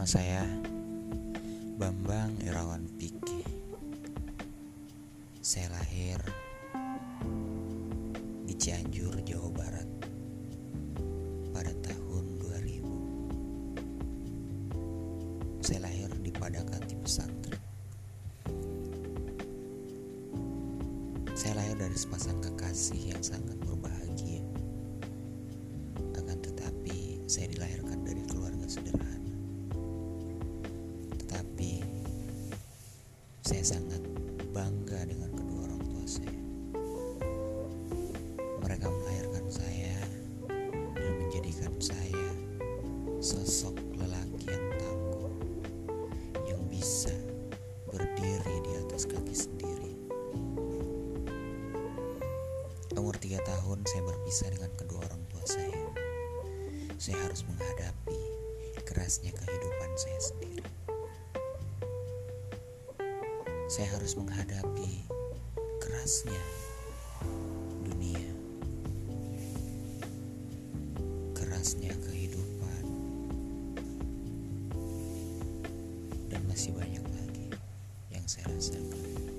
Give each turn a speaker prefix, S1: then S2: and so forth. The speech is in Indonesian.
S1: Nama saya Bambang Irawan Pike. Saya lahir di Cianjur, Jawa Barat pada tahun 2000. Saya lahir di Padakati pesantren. Saya lahir dari sepasang kekasih yang sangat berbahagia. Akan tetapi saya dilahirkan dari keluarga sederhana. Tetapi saya sangat bangga dengan kedua orang tua saya. Mereka melahirkan saya dan menjadikan saya sosok lelaki yang tangguh, yang bisa berdiri di atas kaki sendiri. Umur 3 tahun saya berpisah dengan kedua orang tua saya. Saya harus menghadapi kerasnya kehidupan saya sendiri. Saya harus menghadapi kerasnya dunia, kerasnya kehidupan, dan masih banyak lagi yang saya rasakan.